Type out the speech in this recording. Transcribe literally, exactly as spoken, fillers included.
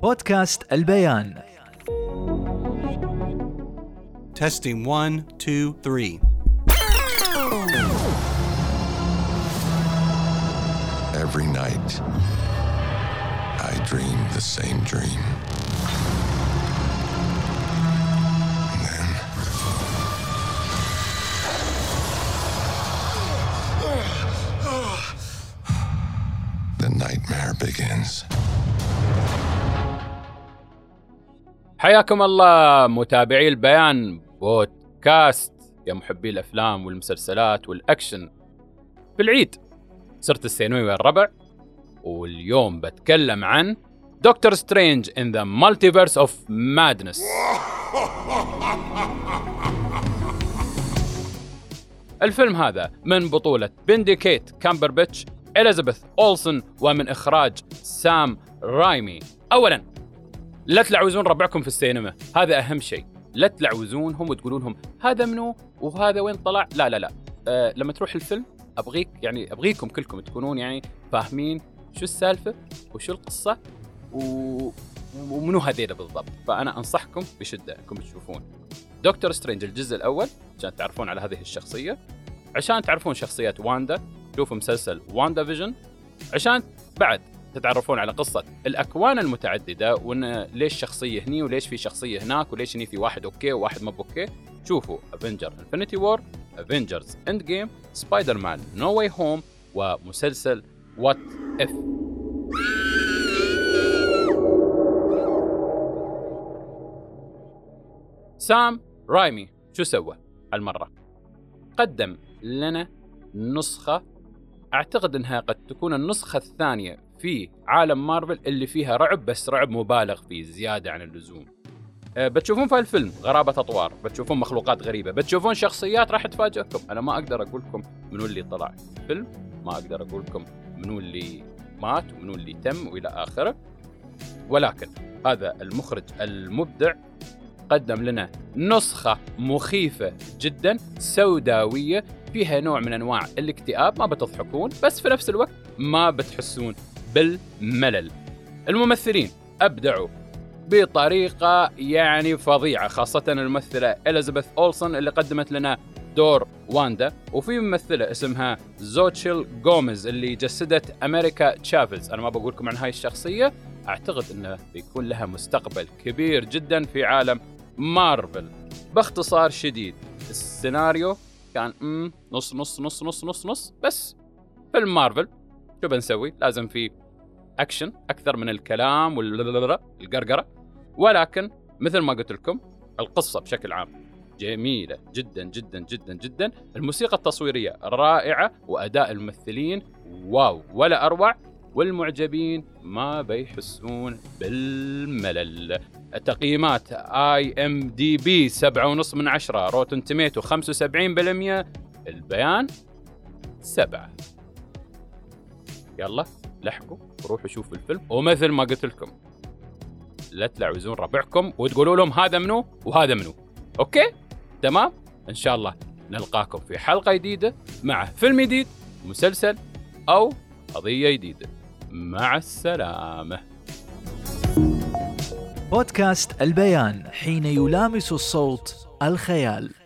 بودكاست البيان. Testing one, two, three. Every night, I dream the same dream. And then, the nightmare begins. حياكم الله متابعي البيان بودكاست يا محبي الأفلام والمسلسلات والأكشن. في العيد صرت السينوي الربع، واليوم بتكلم عن دكتور سترينج in the Multiverse of Madness. الفيلم هذا من بطولة بنديكيت كامبربيتش، إليزابيث أولسن، ومن إخراج سام رايمي. أولاً لا تلعوزون ربعكم في السينما، هذا أهم شيء. لا تلعوزونهم وتقولونهم هذا منو وهذا وين طلع. لا لا لا أه لما تروح الفيلم أبغيك يعني أبغيكم كلكم تكونون يعني فاهمين شو السالفة وشو القصة و... ومنو هذيلا بالضبط. فأنا أنصحكم بشدة أنكم تشوفون دكتور سترينج الجزء الأول عشان تعرفون على هذه الشخصية، عشان تعرفون شخصية واندا. شوفوا مسلسل واندا فيجن عشان بعد تتعرفون على قصة الأكوان المتعددة، وإن ليش شخصية هني وليش في شخصية هناك وليش هني في واحد أوكي وواحد ما بأوكي. شوفوا أفنجر إنفينيتي وور، أفنجرز إند جيم، سبايدر مان نو واي هوم، ومسلسل وات إف. سام رايمي شو سوى هالمرة؟ قدم لنا نسخة أعتقد أنها قد تكون النسخة الثانية في عالم مارفل اللي فيها رعب، بس رعب مبالغ فيه زيادة عن اللزوم. أه بتشوفون في الفيلم غرابة أطوار، بتشوفون مخلوقات غريبة، بتشوفون شخصيات راح تفاجئكم. أنا ما أقدر أقول لكم منو اللي طلع في الفيلم، ما أقدر أقول لكم منو اللي مات ومنو اللي تم وإلى آخره، ولكن هذا المخرج المبدع قدم لنا نسخة مخيفة جدا سوداوية فيها نوع من أنواع الاكتئاب. ما بتضحكون بس في نفس الوقت ما بتحسون بالملل. الممثلين أبدعوا بطريقة يعني فظيعة، خاصة الممثلة إليزابيث أولسن اللي قدمت لنا دور واندا، وفي ممثلة اسمها زوتشيل غوميز اللي جسدت أمريكا تشافيز. أنا ما بقولكم عن هاي الشخصية، أعتقد أنه بيكون لها مستقبل كبير جدا في عالم مارفل. باختصار شديد السيناريو كان مم نص نص نص نص نص نص بس. فيلم مارفل شو بنسوي؟ لازم في أكشن أكثر من الكلام والقرقرة، ولكن مثل ما قلت لكم القصة بشكل عام جميلة جدا جدا جدا جدا. الموسيقى التصويرية رائعة، وأداء الممثلين واو ولا أروع، والمعجبين ما بيحسون بالملل. التقييمات آي إم دي بي سبعة ونص من عشرة، روتن توميتو خمسة وسبعين بالمية، البيان سبعة. يلا لحقوا وروحوا شوفوا الفيلم، ومثل ما قلت لكم لا تلعوزون ربعكم وتقولوا لهم هذا منو وهذا منو. أوكي تمام، إن شاء الله نلقاكم في حلقة جديدة مع فيلم جديد، مسلسل أو قضية جديدة. مع السلامة. بودكاست البيان، حين يلامس الصوت الخيال.